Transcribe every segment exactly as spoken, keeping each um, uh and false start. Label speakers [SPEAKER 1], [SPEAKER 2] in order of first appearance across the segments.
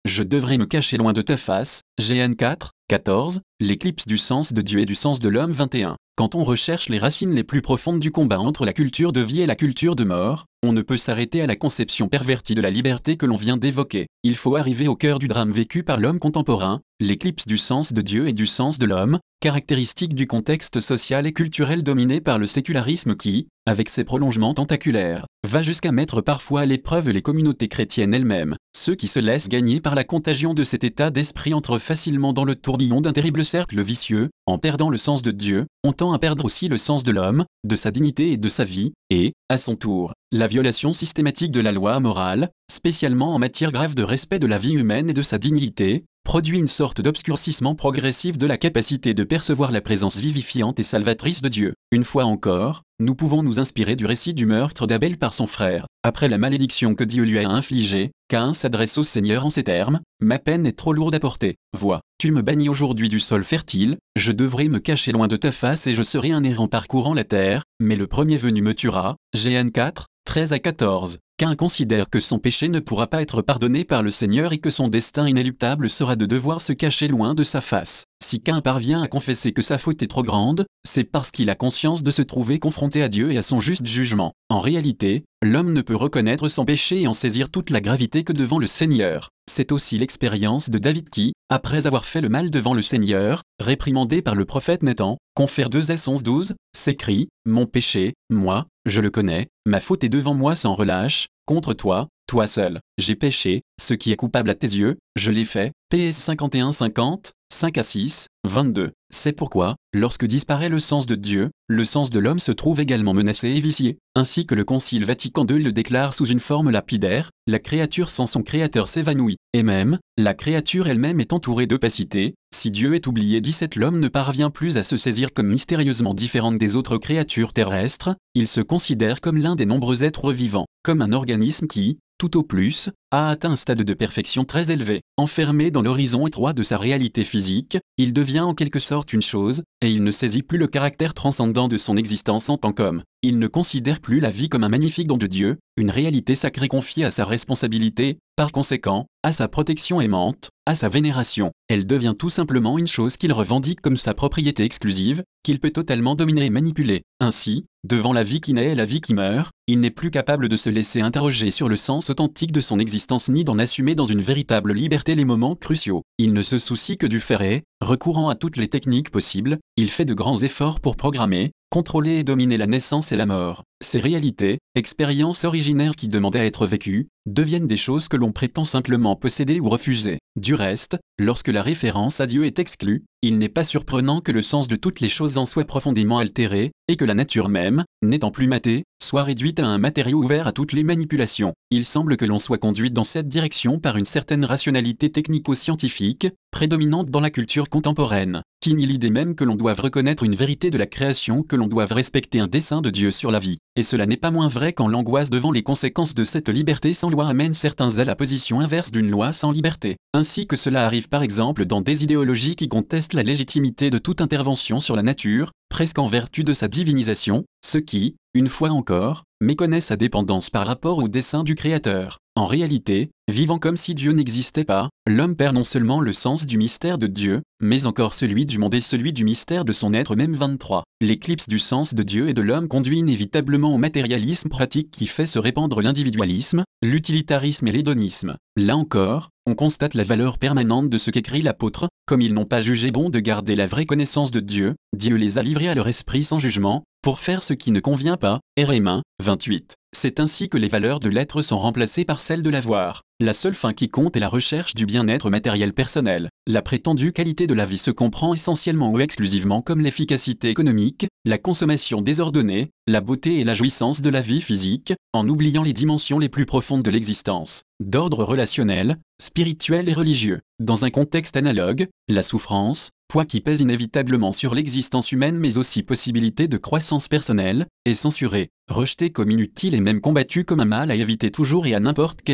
[SPEAKER 1] je devrais me cacher loin de ta face, G N quatre, quatorze, l'éclipse du sens de Dieu et du sens de l'homme vingt et un. Quand on recherche les racines les plus profondes du combat entre la culture de vie et la culture de mort, on ne peut s'arrêter à la conception pervertie de la liberté que l'on vient d'évoquer. Il faut arriver au cœur du drame vécu par l'homme contemporain, l'éclipse du sens de Dieu et du sens de l'homme, caractéristique du contexte social et culturel dominé par le sécularisme qui, avec ses prolongements tentaculaires, va jusqu'à mettre parfois à l'épreuve les communautés chrétiennes elles-mêmes. Ceux qui se laissent gagner par la contagion de cet état d'esprit entrent facilement dans le tourbillon d'un terrible cercle vicieux. En perdant le sens de Dieu, on tend à perdre aussi le sens de l'homme, de sa dignité et de sa vie, et, à son tour, la violation systématique de la loi morale, spécialement en matière grave de respect de la vie humaine et de sa dignité, produit une sorte d'obscurcissement progressif de la capacité de percevoir la présence vivifiante et salvatrice de Dieu. Une fois encore, nous pouvons nous inspirer du récit du meurtre d'Abel par son frère. Après la malédiction que Dieu lui a infligée, Caïn s'adresse au Seigneur en ces termes: « Ma peine est trop lourde à porter. Vois, tu me bannis aujourd'hui du sol fertile, je devrais me cacher loin de ta face et je serai un errant parcourant la terre, mais le premier venu me tuera. » G N quatre, treize à quatorze. Caïn considère que son péché ne pourra pas être pardonné par le Seigneur et que son destin inéluctable sera de devoir se cacher loin de sa face. Si Caïn parvient à confesser que sa faute est trop grande, c'est parce qu'il a conscience de se trouver confronté à Dieu et à son juste jugement. En réalité, l'homme ne peut reconnaître son péché et en saisir toute la gravité que devant le Seigneur. C'est aussi l'expérience de David qui, après avoir fait le mal devant le Seigneur, réprimandé par le prophète Nathan, confère deux S onze douze, s'écrie: « Mon péché, moi, je le connais, ma faute est devant moi sans relâche, contre toi, toi seul, j'ai péché, ce qui est coupable à tes yeux, je l'ai fait. » P S cinquante et un cinquante, cinq à six, vingt-deux. C'est pourquoi, lorsque disparaît le sens de Dieu, le sens de l'homme se trouve également menacé et vicié. Ainsi que le Concile Vatican deux le déclare sous une forme lapidaire, la créature sans son créateur s'évanouit. Et même, la créature elle-même est entourée d'opacité. Si Dieu est oublié, dix-sept, l'homme ne parvient plus à se saisir comme mystérieusement différente des autres créatures terrestres, il se considère comme l'un des nombreux êtres vivants, comme un organisme qui, tout au plus, a atteint un stade de perfection très élevé. Enfermé dans l'horizon étroit de sa réalité physique, il devient en quelque sorte une chose, et il ne saisit plus le caractère transcendant de son existence en tant qu'homme. Il ne considère plus la vie comme un magnifique don de Dieu, une réalité sacrée confiée à sa responsabilité, par conséquent, à sa protection aimante, à sa vénération. Elle devient tout simplement une chose qu'il revendique comme sa propriété exclusive, qu'il peut totalement dominer et manipuler. Ainsi, devant la vie qui naît et la vie qui meurt, il n'est plus capable de se laisser interroger sur le sens authentique de son existence ni d'en assumer dans une véritable liberté les moments cruciaux. Il ne se soucie que du faire et, recourant à toutes les techniques possibles, il fait de grands efforts pour programmer, contrôler et dominer la naissance et la mort. Ces réalités, expériences originaires qui demandaient à être vécues, deviennent des choses que l'on prétend simplement posséder ou refuser. Du reste, lorsque la référence à Dieu est exclue, il n'est pas surprenant que le sens de toutes les choses en soit profondément altéré, et que la nature même, n'étant plus matée, soit réduite à un matériau ouvert à toutes les manipulations. Il semble que l'on soit conduit dans cette direction par une certaine rationalité technico-scientifique, prédominante dans la culture contemporaine, qui nie l'idée même que l'on doive reconnaître une vérité de la création, que l'on doive respecter un dessein de Dieu sur la vie. Et cela n'est pas moins vrai quand l'angoisse devant les conséquences de cette liberté sans loi amène certains à la position inverse d'une loi sans liberté. Ainsi que cela arrive par exemple dans des idéologies qui contestent la légitimité de toute intervention sur la nature, presque en vertu de sa divinisation, ceux qui, une fois encore, méconnaissent sa dépendance par rapport au dessein du Créateur. En réalité, vivant comme si Dieu n'existait pas, l'homme perd non seulement le sens du mystère de Dieu, mais encore celui du monde et celui du mystère de son être même. vingt-trois. L'éclipse du sens de Dieu et de l'homme conduit inévitablement au matérialisme pratique qui fait se répandre l'individualisme, l'utilitarisme et l'hédonisme. Là encore, on constate la valeur permanente de ce qu'écrit l'apôtre: comme ils n'ont pas jugé bon de garder la vraie connaissance de Dieu, Dieu les a livrés à leur esprit sans jugement, pour faire ce qui ne convient pas. Romains vingt-huit. C'est ainsi que les valeurs de l'être sont remplacées par celles de l'avoir. La seule fin qui compte est la recherche du bien-être matériel personnel. La prétendue qualité de la vie se comprend essentiellement ou exclusivement comme l'efficacité économique, la consommation désordonnée, la beauté et la jouissance de la vie physique, en oubliant les dimensions les plus profondes de l'existence, d'ordre relationnel, spirituel et religieux. Dans un contexte analogue, la souffrance, poids qui pèse inévitablement sur l'existence humaine mais aussi possibilité de croissance personnelle, est censurée, rejetée comme inutile et même combattue comme un mal à éviter toujours et à n'importe quel prix.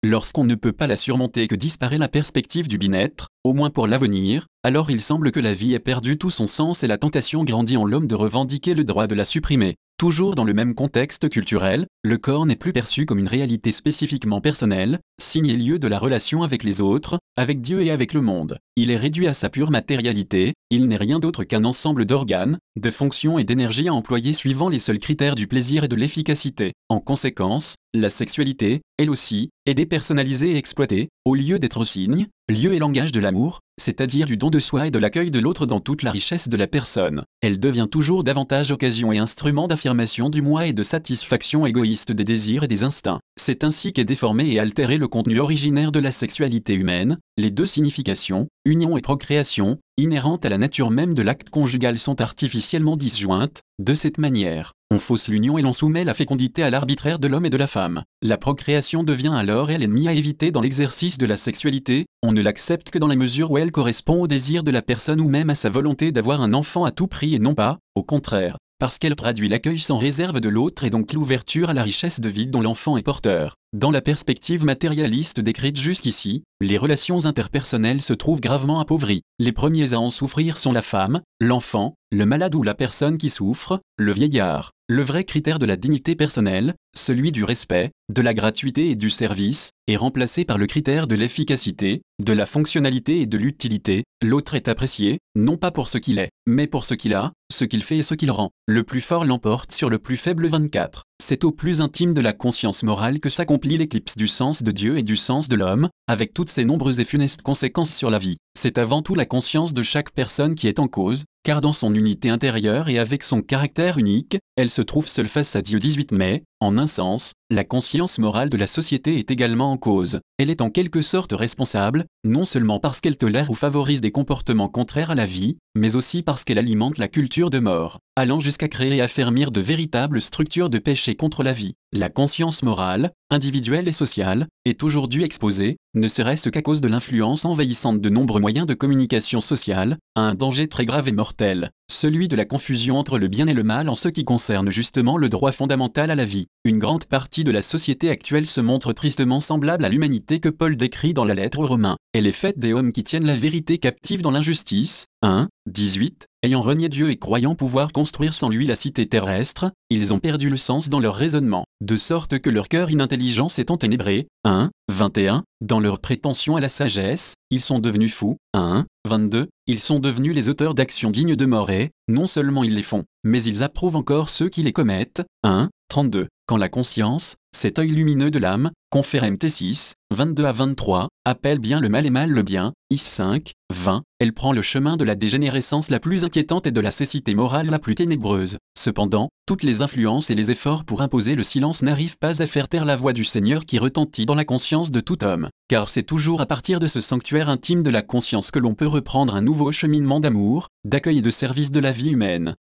[SPEAKER 1] Lorsqu'on ne peut pas la surmonter et que disparaît la perspective du bien-être, au moins pour l'avenir, alors il semble que la vie ait perdu tout son sens et la tentation grandit en l'homme de revendiquer le droit de la supprimer. Toujours dans le même contexte culturel, le corps n'est plus perçu comme une réalité spécifiquement personnelle, signe et lieu de la relation avec les autres, avec Dieu et avec le monde. Il est réduit à sa pure matérialité, il n'est rien d'autre qu'un ensemble d'organes, de fonctions et d'énergie à employer suivant les seuls critères du plaisir et de l'efficacité. En conséquence, la sexualité, elle aussi, est dépersonnalisée et exploitée, au lieu d'être signe, lieu et langage de l'amour, c'est-à-dire du don de soi et de l'accueil de l'autre dans toute la richesse de la personne. Elle devient toujours davantage occasion et instrument d'affirmation du moi et de satisfaction égoïste des désirs et des instincts. C'est ainsi qu'est déformé et altéré le contenu originaire de la sexualité humaine, les deux significations, union et procréation, inhérentes à la nature même de l'acte conjugal sont artificiellement disjointes. De cette manière, on fausse l'union et l'on soumet la fécondité à l'arbitraire de l'homme et de la femme. La procréation devient alors l'ennemi à éviter dans l'exercice de la sexualité, on ne l'accepte que dans la mesure où elle correspond au désir de la personne ou même à sa volonté d'avoir un enfant à tout prix et non pas, au contraire, parce qu'elle traduit l'accueil sans réserve de l'autre et donc l'ouverture à la richesse de vie dont l'enfant est porteur. Dans la perspective matérialiste décrite jusqu'ici, les relations interpersonnelles se trouvent gravement appauvries. Les premiers à en souffrir sont la femme, l'enfant, le malade ou la personne qui souffre, le vieillard. Le vrai critère de la dignité personnelle, celui du respect, de la gratuité et du service, est remplacé par le critère de l'efficacité, de la fonctionnalité et de l'utilité. L'autre est apprécié, non pas pour ce qu'il est, mais pour ce qu'il a, ce qu'il fait et ce qu'il rend. Le plus fort l'emporte sur le plus faible. vingt-quatre. C'est au plus intime de la conscience morale que s'accomplit l'éclipse du sens de Dieu et du sens de l'homme, avec toutes ses nombreuses et funestes conséquences sur la vie. C'est avant tout la conscience de chaque personne qui est en cause, car dans son unité intérieure et avec son caractère unique, elle se trouve seule face à Dieu. dix-huit mai, en un sens, la conscience morale de la société est également en cause. Elle est en quelque sorte responsable, non seulement parce qu'elle tolère ou favorise des comportements contraires à la vie, mais aussi parce qu'elle alimente la culture de mort, allant jusqu'à créer et affermir de véritables structures de péché contre la vie. La conscience morale, individuelle et sociale, est aujourd'hui exposée, ne serait-ce qu'à cause de l'influence envahissante de nombreux moyens de communication sociale, à un danger très grave et mortel, celui de la confusion entre le bien et le mal en ce qui concerne justement le droit fondamental à la vie. Une grande partie de la société actuelle se montre tristement semblable à l'humanité que Paul décrit dans la lettre aux Romains. Elle est faite des hommes qui tiennent la vérité captive dans l'injustice. un, dix-huit, ayant renié Dieu et croyant pouvoir construire sans lui la cité terrestre, ils ont perdu le sens dans leur raisonnement, de sorte que leur cœur inintelligent s'est enténébré. un, vingt et un, dans leur prétention à la sagesse, ils sont devenus fous. un, vingt-deux, ils sont devenus les auteurs d'actions dignes de mort et, non seulement ils les font, mais ils approuvent encore ceux qui les commettent. un, trente-deux, quand la conscience, cet œil lumineux de l'âme, confère M T six, vingt-deux à vingt-trois, appelle bien le mal et mal le bien, I cinq, vingt, elle prend le chemin de la dégénérescence la plus inquiétante et de la cécité morale la plus ténébreuse. Cependant, toutes les influences et les efforts pour imposer le silence n'arrivent pas à faire taire la voix du Seigneur qui retentit dans la conscience de tout homme, car c'est toujours à partir de ce sanctuaire intime de la conscience que l'on peut reprendre un nouveau cheminement d'amour, d'accueil et de service de la vie humaine.